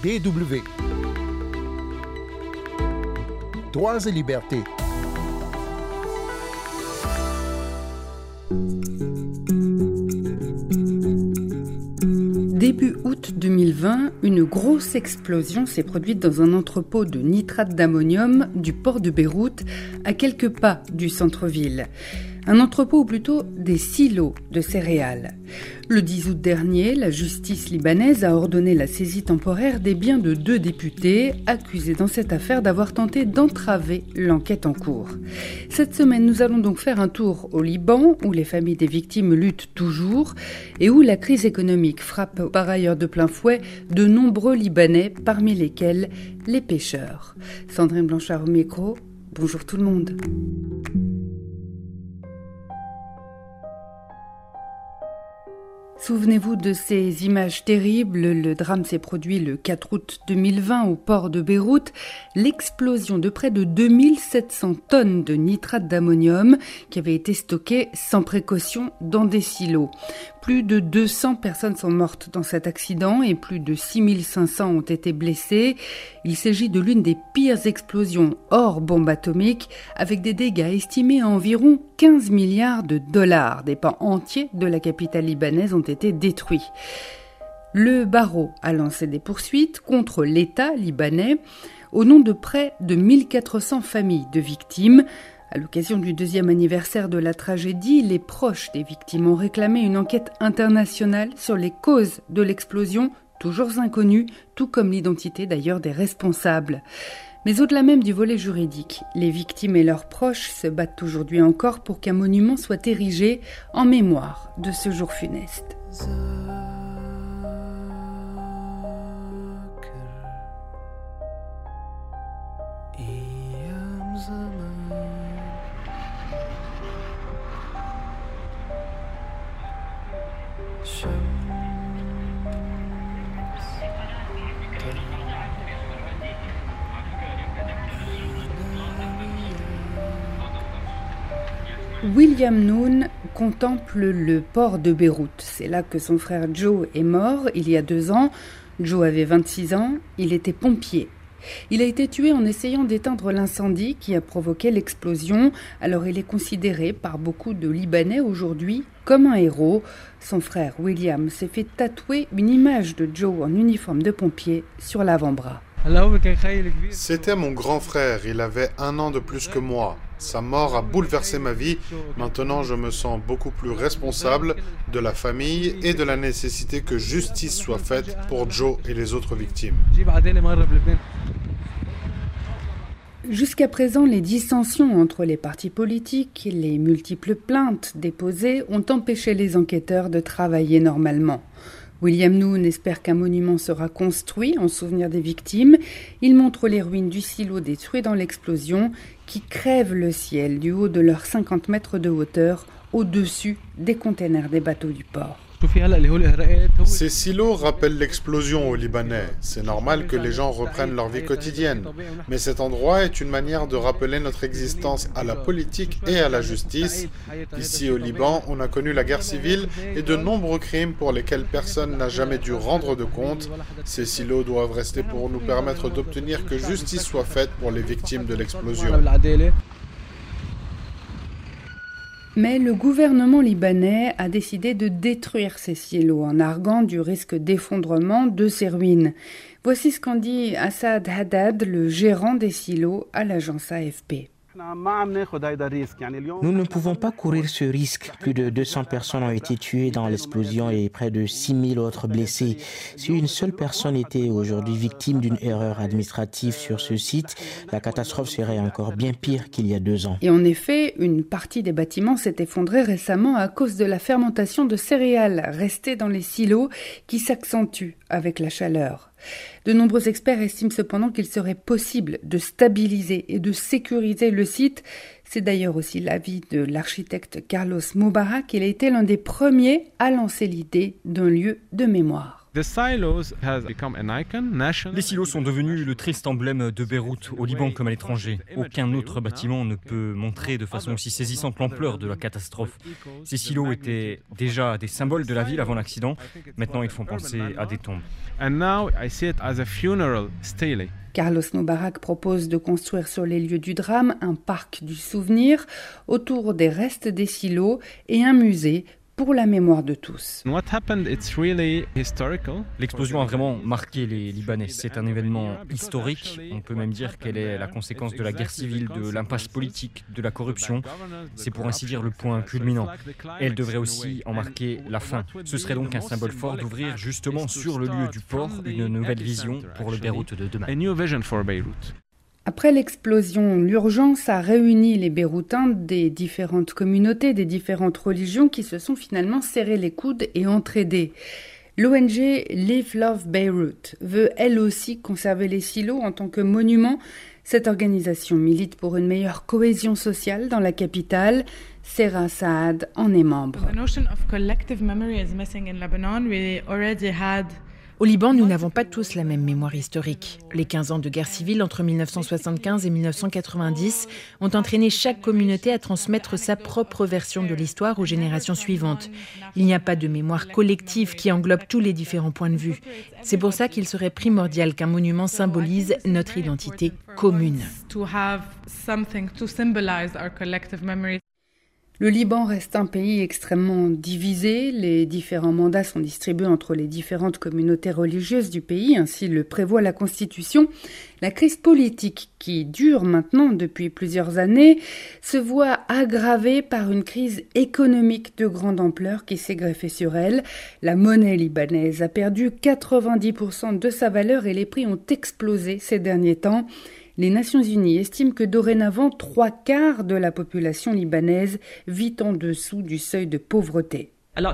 DW. Droits et libertés. Début août 2020, une grosse explosion s'est produite dans un entrepôt de nitrate d'ammonium du port de Beyrouth, à quelques pas du centre-ville. Un entrepôt ou plutôt des silos de céréales. Le 10 août dernier, la justice libanaise a ordonné la saisie temporaire des biens de 2 députés accusés dans cette affaire d'avoir tenté d'entraver l'enquête en cours. Cette semaine, nous allons donc faire un tour au Liban, où les familles des victimes luttent toujours et où la crise économique frappe par ailleurs de plein fouet de nombreux Libanais, parmi lesquels les pêcheurs. Sandrine Blanchard au micro, bonjour tout le monde. Souvenez-vous de ces images terribles. Le drame s'est produit le 4 août 2020 au port de Beyrouth. L'explosion de près de 2700 tonnes de nitrate d'ammonium qui avait été stockée sans précaution dans des silos. Plus de 200 personnes sont mortes dans cet accident et plus de 6500 ont été blessées. Il s'agit de l'une des pires explosions hors bombe atomique, avec des dégâts estimés à environ 15 milliards de dollars. Des pans entiers de la capitale libanaise ont été détruits. Le barreau a lancé des poursuites contre l'État libanais au nom de près de 1400 familles de victimes. À l'occasion du 2e anniversaire de la tragédie, les proches des victimes ont réclamé une enquête internationale sur les causes de l'explosion, toujours inconnues, tout comme l'identité d'ailleurs des responsables. Mais au-delà même du volet juridique, les victimes et leurs proches se battent aujourd'hui encore pour qu'un monument soit érigé en mémoire de ce jour funeste. William Noon contemple le port de Beyrouth. C'est là que son frère Joe est mort il y a 2 ans. Joe avait 26 ans, il était pompier. Il a été tué en essayant d'éteindre l'incendie qui a provoqué l'explosion. Alors il est considéré par beaucoup de Libanais aujourd'hui comme un héros. Son frère William s'est fait tatouer une image de Joe en uniforme de pompier sur l'avant-bras. C'était mon grand frère, il avait 1 an de plus que moi. Sa mort a bouleversé ma vie. Maintenant, je me sens beaucoup plus responsable de la famille et de la nécessité que justice soit faite pour Joe et les autres victimes. Jusqu'à présent, les dissensions entre les partis politiques, les multiples plaintes déposées ont empêché les enquêteurs de travailler normalement. William Noon espère qu'un monument sera construit en souvenir des victimes. Il montre les ruines du silo détruit dans l'explosion qui crèvent le ciel du haut de leurs 50 mètres de hauteur au-dessus des containers des bateaux du port. Ces silos rappellent l'explosion aux Libanais. C'est normal que les gens reprennent leur vie quotidienne. Mais cet endroit est une manière de rappeler notre existence à la politique et à la justice. Ici au Liban, on a connu la guerre civile et de nombreux crimes pour lesquels personne n'a jamais dû rendre de compte. Ces silos doivent rester pour nous permettre d'obtenir que justice soit faite pour les victimes de l'explosion. Mais le gouvernement libanais a décidé de détruire ces silos en arguant du risque d'effondrement de ces ruines. Voici ce qu'en dit Assad Haddad, le gérant des silos à l'agence AFP. Nous ne pouvons pas courir ce risque. Plus de 200 personnes ont été tuées dans l'explosion et près de 6000 autres blessées. Si une seule personne était aujourd'hui victime d'une erreur administrative sur ce site, la catastrophe serait encore bien pire qu'il y a 2 ans. Et en effet, une partie des bâtiments s'est effondrée récemment à cause de la fermentation de céréales restées dans les silos qui s'accentue avec la chaleur. De nombreux experts estiment cependant qu'il serait possible de stabiliser et de sécuriser le site. C'est d'ailleurs aussi l'avis de l'architecte Carlos Moubarak. Il a été l'un des premiers à lancer l'idée d'un lieu de mémoire. Les silos sont devenus le triste emblème de Beyrouth, au Liban comme à l'étranger. Aucun autre bâtiment ne peut montrer de façon aussi saisissante l'ampleur de la catastrophe. Ces silos étaient déjà des symboles de la ville avant l'accident. Maintenant, ils font penser à des tombes. Carlos Mubarak propose de construire sur les lieux du drame un parc du souvenir autour des restes des silos et un musée pour la mémoire de tous. L'explosion a vraiment marqué les Libanais. C'est un événement historique. On peut même dire qu'elle est la conséquence de la guerre civile, de l'impasse politique, de la corruption. C'est pour ainsi dire le point culminant. Elle devrait aussi en marquer la fin. Ce serait donc un symbole fort d'ouvrir justement sur le lieu du port une nouvelle vision pour le Beyrouth de demain. Après l'explosion, l'urgence a réuni les Beyrouthins des différentes communautés, des différentes religions qui se sont finalement serrés les coudes et entraidés. L'ONG Live Love Beirut veut elle aussi conserver les silos en tant que monument. Cette organisation milite pour une meilleure cohésion sociale dans la capitale. Serra Saad en est membre. Au Liban, nous n'avons pas tous la même mémoire historique. Les 15 ans de guerre civile entre 1975 et 1990 ont entraîné chaque communauté à transmettre sa propre version de l'histoire aux générations suivantes. Il n'y a pas de mémoire collective qui englobe tous les différents points de vue. C'est pour ça qu'il serait primordial qu'un monument symbolise notre identité commune. Le Liban reste un pays extrêmement divisé. Les différents mandats sont distribués entre les différentes communautés religieuses du pays, ainsi le prévoit la Constitution. La crise politique, qui dure maintenant depuis plusieurs années, se voit aggravée par une crise économique de grande ampleur qui s'est greffée sur elle. La monnaie libanaise a perdu 90% de sa valeur et les prix ont explosé ces derniers temps. Les Nations Unies estiment que dorénavant 3/4 de la population libanaise vit en dessous du seuil de pauvreté.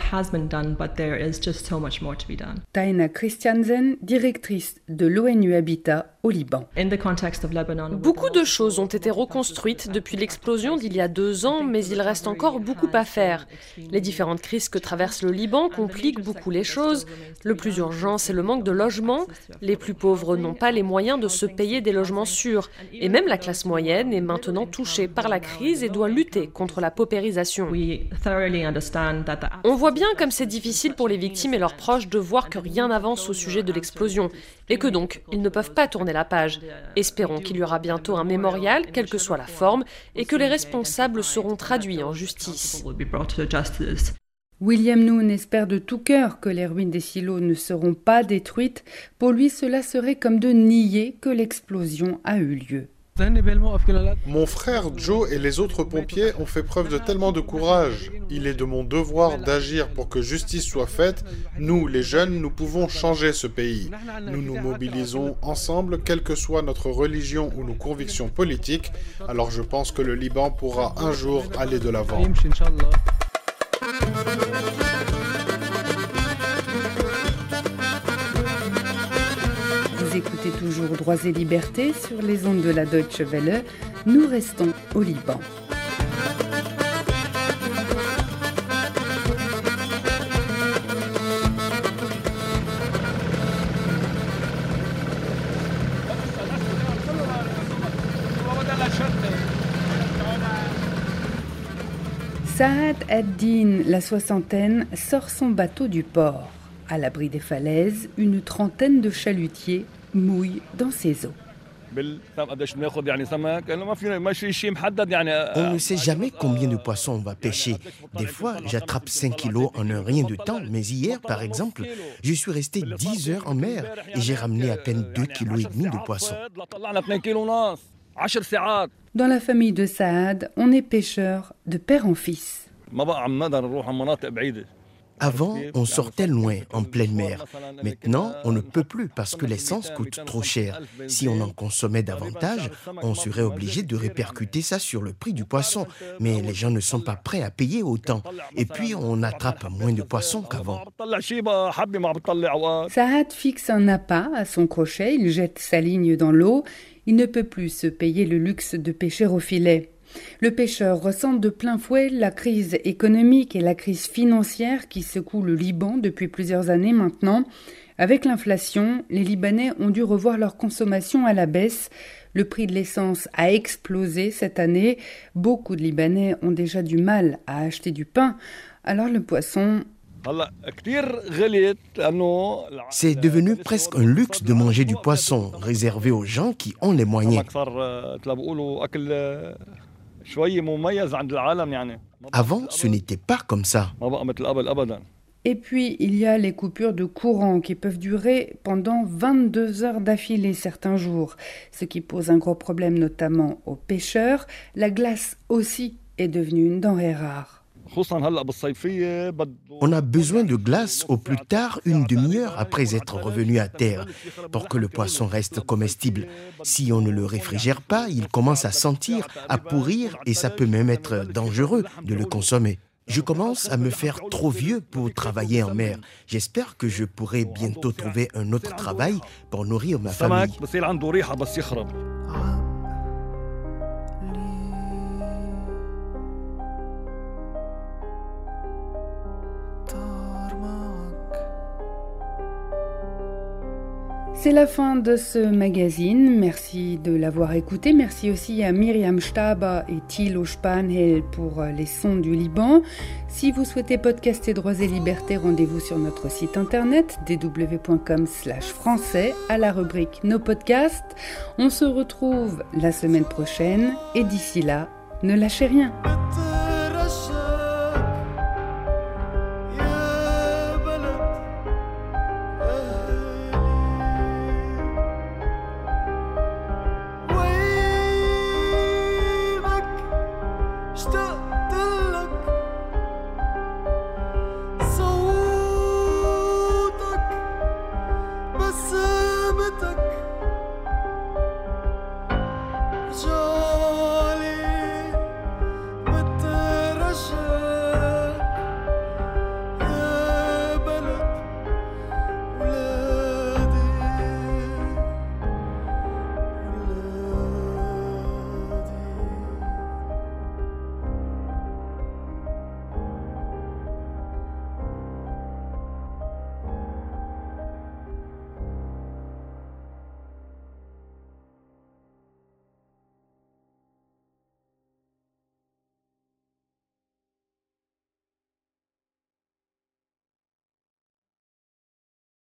Taina Christiansen, directrice de l'ONU Habitat au Liban. Beaucoup de choses ont été reconstruites depuis l'explosion d'il y a 2 ans, mais il reste encore beaucoup à faire. Les différentes crises que traverse le Liban compliquent beaucoup les choses. Le plus urgent, c'est le manque de logements. Les plus pauvres n'ont pas les moyens de se payer des logements sûrs. Et même la classe moyenne est maintenant touchée par la crise et doit lutter contre la paupérisation. On voit bien comme c'est difficile pour les victimes et leurs proches de voir que rien n'avance au sujet de l'explosion et que donc ils ne peuvent pas tourner la page. Espérons qu'il y aura bientôt un mémorial, quelle que soit la forme, et que les responsables seront traduits en justice. William Noon espère de tout cœur que les ruines des silos ne seront pas détruites. Pour lui, cela serait comme de nier que l'explosion a eu lieu. Mon frère Joe et les autres pompiers ont fait preuve de tellement de courage. Il est de mon devoir d'agir pour que justice soit faite. Nous, les jeunes, nous pouvons changer ce pays. Nous nous mobilisons ensemble, quelle que soit notre religion ou nos convictions politiques. Alors je pense que le Liban pourra un jour aller de l'avant. Vous écoutez toujours Droits et Libertés sur les ondes de la Deutsche Welle. Nous restons au Liban. Saad ad-Din, la soixantaine, sort son bateau du port. À l'abri des falaises, une trentaine de chalutiers mouillent dans ses eaux. On ne sait jamais combien de poissons on va pêcher. Des fois, j'attrape 5 kilos en un rien de temps, mais hier, par exemple, je suis resté 10 heures en mer et j'ai ramené à peine 2,5 kg de poissons. Dans la famille de Saad, on est pêcheur de père en fils. Avant, on sortait loin, en pleine mer. Maintenant, on ne peut plus parce que l'essence coûte trop cher. Si on en consommait davantage, on serait obligé de répercuter ça sur le prix du poisson. Mais les gens ne sont pas prêts à payer autant. Et puis, on attrape moins de poissons qu'avant. Saad fixe un appât à son crochet, il jette sa ligne dans l'eau. Il ne peut plus se payer le luxe de pêcher au filet. Le pêcheur ressent de plein fouet la crise économique et la crise financière qui secouent le Liban depuis plusieurs années maintenant. Avec l'inflation, les Libanais ont dû revoir leur consommation à la baisse. Le prix de l'essence a explosé cette année. Beaucoup de Libanais ont déjà du mal à acheter du pain. Alors le poisson... C'est devenu presque un luxe de manger du poisson, réservé aux gens qui ont les moyens. Avant, ce n'était pas comme ça. Et puis, il y a les coupures de courant qui peuvent durer pendant 22 heures d'affilée certains jours, ce qui pose un gros problème notamment aux pêcheurs. La glace aussi est devenue une denrée rare. On a besoin de glace au plus tard une demi-heure après être revenu à terre pour que le poisson reste comestible. Si on ne le réfrigère pas, il commence à sentir, à pourrir et ça peut même être dangereux de le consommer. Je commence à me faire trop vieux pour travailler en mer. J'espère que je pourrai bientôt trouver un autre travail pour nourrir ma famille. C'est la fin de ce magazine. Merci de l'avoir écouté. Merci aussi à Myriam Staba et Thilo Spanhel pour les sons du Liban. Si vous souhaitez podcaster Droits et Libertés, rendez-vous sur notre site internet dw.com/français à la rubrique Nos podcasts. On se retrouve la semaine prochaine et d'ici là, ne lâchez rien.